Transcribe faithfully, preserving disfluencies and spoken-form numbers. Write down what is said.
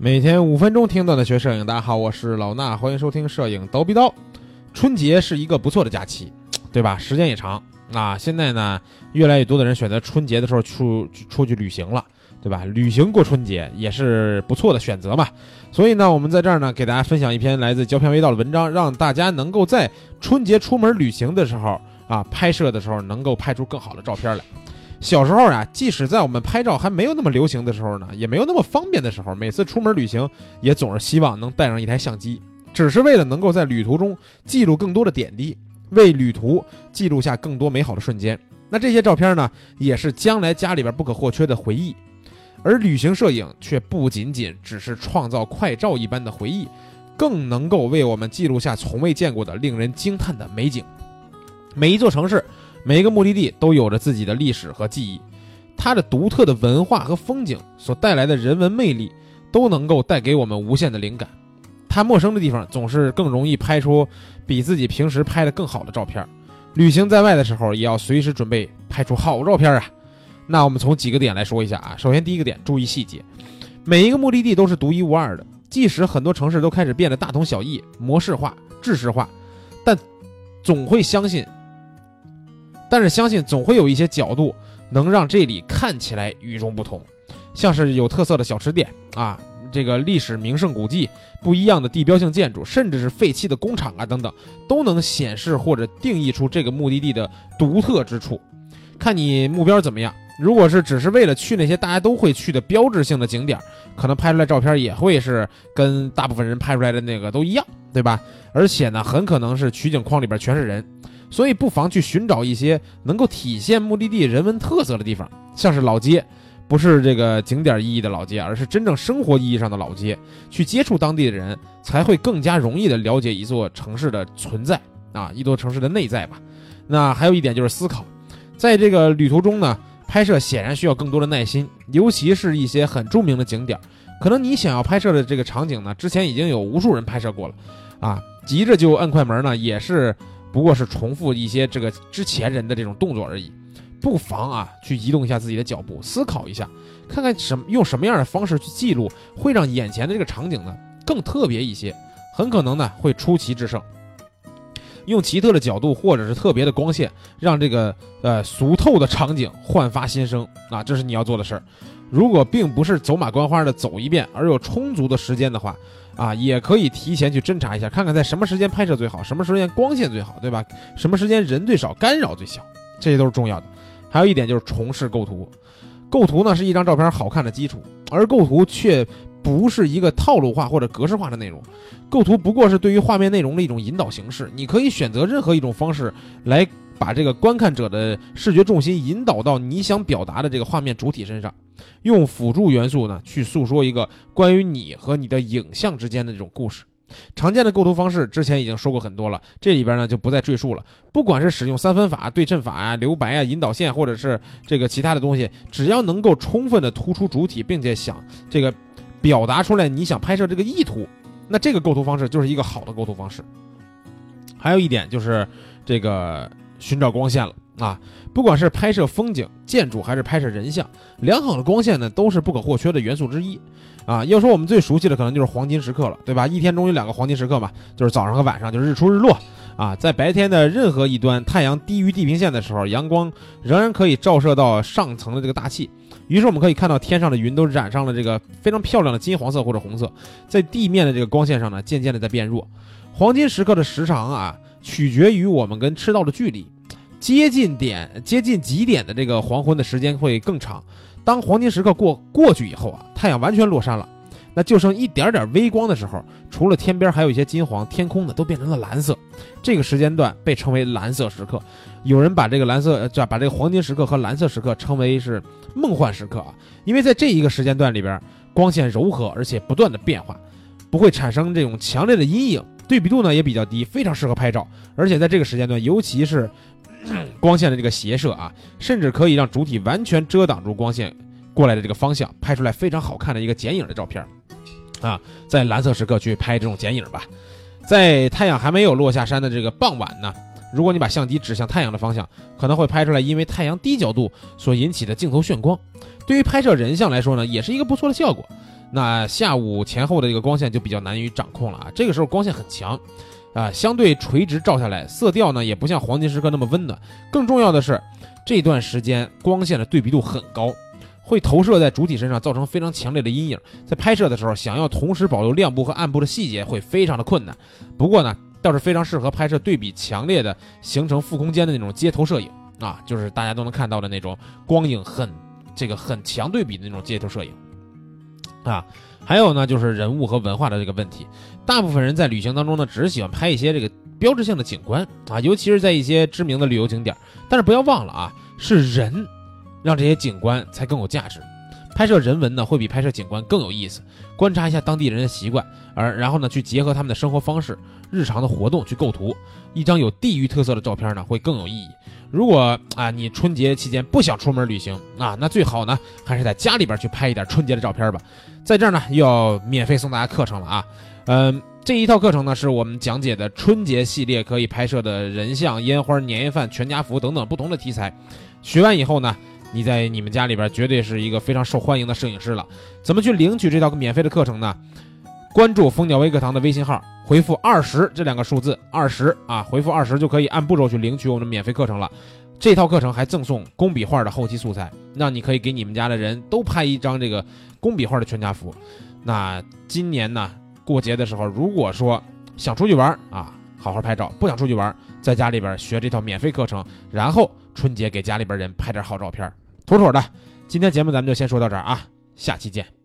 每天五分钟听段的学摄影，大家好，我是老衲，欢迎收听摄影刀逼刀。春节是一个不错的假期，对吧？时间也长啊。现在呢，越来越多的人选择春节的时候出出去旅行了，对吧？旅行过春节也是不错的选择嘛。所以呢，我们在这儿呢，给大家分享一篇来自胶片微道的文章，让大家能够在春节出门旅行的时候啊，拍摄的时候能够拍出更好的照片来。小时候啊，即使在我们拍照还没有那么流行的时候呢，也没有那么方便的时候，每次出门旅行也总是希望能带上一台相机，只是为了能够在旅途中记录更多的点滴，为旅途记录下更多美好的瞬间。那这些照片呢，也是将来家里边不可或缺的回忆。而旅行摄影却不仅仅只是创造快照一般的回忆，更能够为我们记录下从未见过的令人惊叹的美景。每一座城市，每一个目的地都有着自己的历史和记忆，它的独特的文化和风景所带来的人文魅力，都能够带给我们无限的灵感。它陌生的地方总是更容易拍出比自己平时拍的更好的照片。旅行在外的时候，也要随时准备拍出好照片啊。那我们从几个点来说一下啊。首先第一个点，注意细节。每一个目的地都是独一无二的，即使很多城市都开始变得大同小异、模式化、制式化，但总会相信但是相信总会有一些角度能让这里看起来与众不同，像是有特色的小吃店啊，这个历史名胜古迹，不一样的地标性建筑，甚至是废弃的工厂啊等等，都能显示或者定义出这个目的地的独特之处。看你目标怎么样，如果是只是为了去那些大家都会去的标志性的景点，可能拍出来照片也会是跟大部分人拍出来的那个都一样，对吧？而且呢，很可能是取景框里边全是人。所以不妨去寻找一些能够体现目的地人文特色的地方，像是老街，不是这个景点意义的老街，而是真正生活意义上的老街，去接触当地的人，才会更加容易的了解一座城市的存在啊，一座城市的内在吧。那还有一点就是思考，在这个旅途中呢，拍摄显然需要更多的耐心，尤其是一些很著名的景点，可能你想要拍摄的这个场景呢，之前已经有无数人拍摄过了啊，急着就按快门呢，也是不过是重复一些这个之前人的这种动作而已。不妨啊去移动一下自己的脚步，思考一下，看看什么用什么样的方式去记录，会让眼前的这个场景呢更特别一些，很可能呢会出奇制胜。用奇特的角度或者是特别的光线，让这个呃俗透的场景焕发新生啊，这是你要做的事儿。如果并不是走马观花的走一遍，而有充足的时间的话啊，也可以提前去侦查一下，看看在什么时间拍摄最好，什么时间光线最好，对吧？什么时间人最少，干扰最小，这些都是重要的。还有一点就是重视构图，构图呢是一张照片好看的基础，而构图却不是一个套路化或者格式化的内容，构图不过是对于画面内容的一种引导形式，你可以选择任何一种方式来把这个观看者的视觉重心引导到你想表达的这个画面主体身上，用辅助元素呢去诉说一个关于你和你的影像之间的这种故事。常见的构图方式之前已经说过很多了，这里边呢就不再赘述了。不管是使用三分法、对称法啊、留白啊、引导线，或者是这个其他的东西，只要能够充分的突出主体，并且想这个表达出来你想拍摄这个意图，那这个构图方式就是一个好的构图方式。还有一点就是这个寻找光线了啊，不管是拍摄风景、建筑还是拍摄人像，良好的光线呢都是不可或缺的元素之一啊。要说我们最熟悉的可能就是黄金时刻了，对吧？一天中有两个黄金时刻嘛，就是早上和晚上，就是日出日落啊。在白天的任何一端，太阳低于地平线的时候，阳光仍然可以照射到上层的这个大气，于是我们可以看到天上的云都染上了这个非常漂亮的金黄色或者红色，在地面的这个光线上呢，渐渐的在变弱。黄金时刻的时长啊，取决于我们跟赤道的距离。接近点接近极点的这个黄昏的时间会更长，当黄金时刻过过去以后啊，太阳完全落山了，那就剩一点点微光的时候，除了天边还有一些金黄，天空呢都变成了蓝色，这个时间段被称为蓝色时刻。有人把这个蓝色把这个黄金时刻和蓝色时刻称为是梦幻时刻啊，因为在这一个时间段里边，光线柔和而且不断的变化，不会产生这种强烈的阴影，对比度呢也比较低，非常适合拍照。而且在这个时间段，尤其是光线的这个斜射啊，甚至可以让主体完全遮挡住光线过来的这个方向，拍出来非常好看的一个剪影的照片啊。在蓝色时刻去拍这种剪影吧。在太阳还没有落下山的这个傍晚呢，如果你把相机指向太阳的方向，可能会拍出来因为太阳低角度所引起的镜头眩光。对于拍摄人像来说呢，也是一个不错的效果。 那下午前后的这个光线就比较难以掌控了啊，这个时候光线很强啊，相对垂直照下来，色调呢也不像黄金时刻那么温暖。更重要的是，这段时间光线的对比度很高，会投射在主体身上，造成非常强烈的阴影。在拍摄的时候，想要同时保留亮部和暗部的细节会非常的困难。不过呢，倒是非常适合拍摄对比强烈的、形成负空间的那种街头摄影啊，就是大家都能看到的那种光影很这个很强对比的那种街头摄影啊。还有呢，就是人物和文化的这个问题。大部分人在旅行当中呢，只是喜欢拍一些这个标志性的景观啊，尤其是在一些知名的旅游景点。但是不要忘了啊，是人让这些景观才更有价值。拍摄人文呢，会比拍摄景观更有意思。观察一下当地人的习惯，而然后呢，去结合他们的生活方式、日常的活动去构图，一张有地域特色的照片呢，会更有意义。如果啊，你春节期间不想出门旅行啊，那最好呢，还是在家里边去拍一点春节的照片吧。在这儿呢，又要免费送大家课程了啊。嗯，这一套课程呢，是我们讲解的春节系列可以拍摄的人像、烟花、年夜饭、全家福等等不同的题材。学完以后呢，你在你们家里边绝对是一个非常受欢迎的摄影师了。怎么去领取这套免费的课程呢？关注蜂鸟微课堂的微信号，回复二十这两个数字，二十啊，回复二十就可以按步骤去领取我们的免费课程了。这套课程还赠送工笔画的后期素材，让你可以给你们家的人都拍一张这个工笔画的全家福。那今年呢，过节的时候，如果说想出去玩啊，好好拍照；不想出去玩，在家里边学这套免费课程，然后春节给家里边人拍点好照片，妥妥的。今天节目咱们就先说到这儿啊，下期见。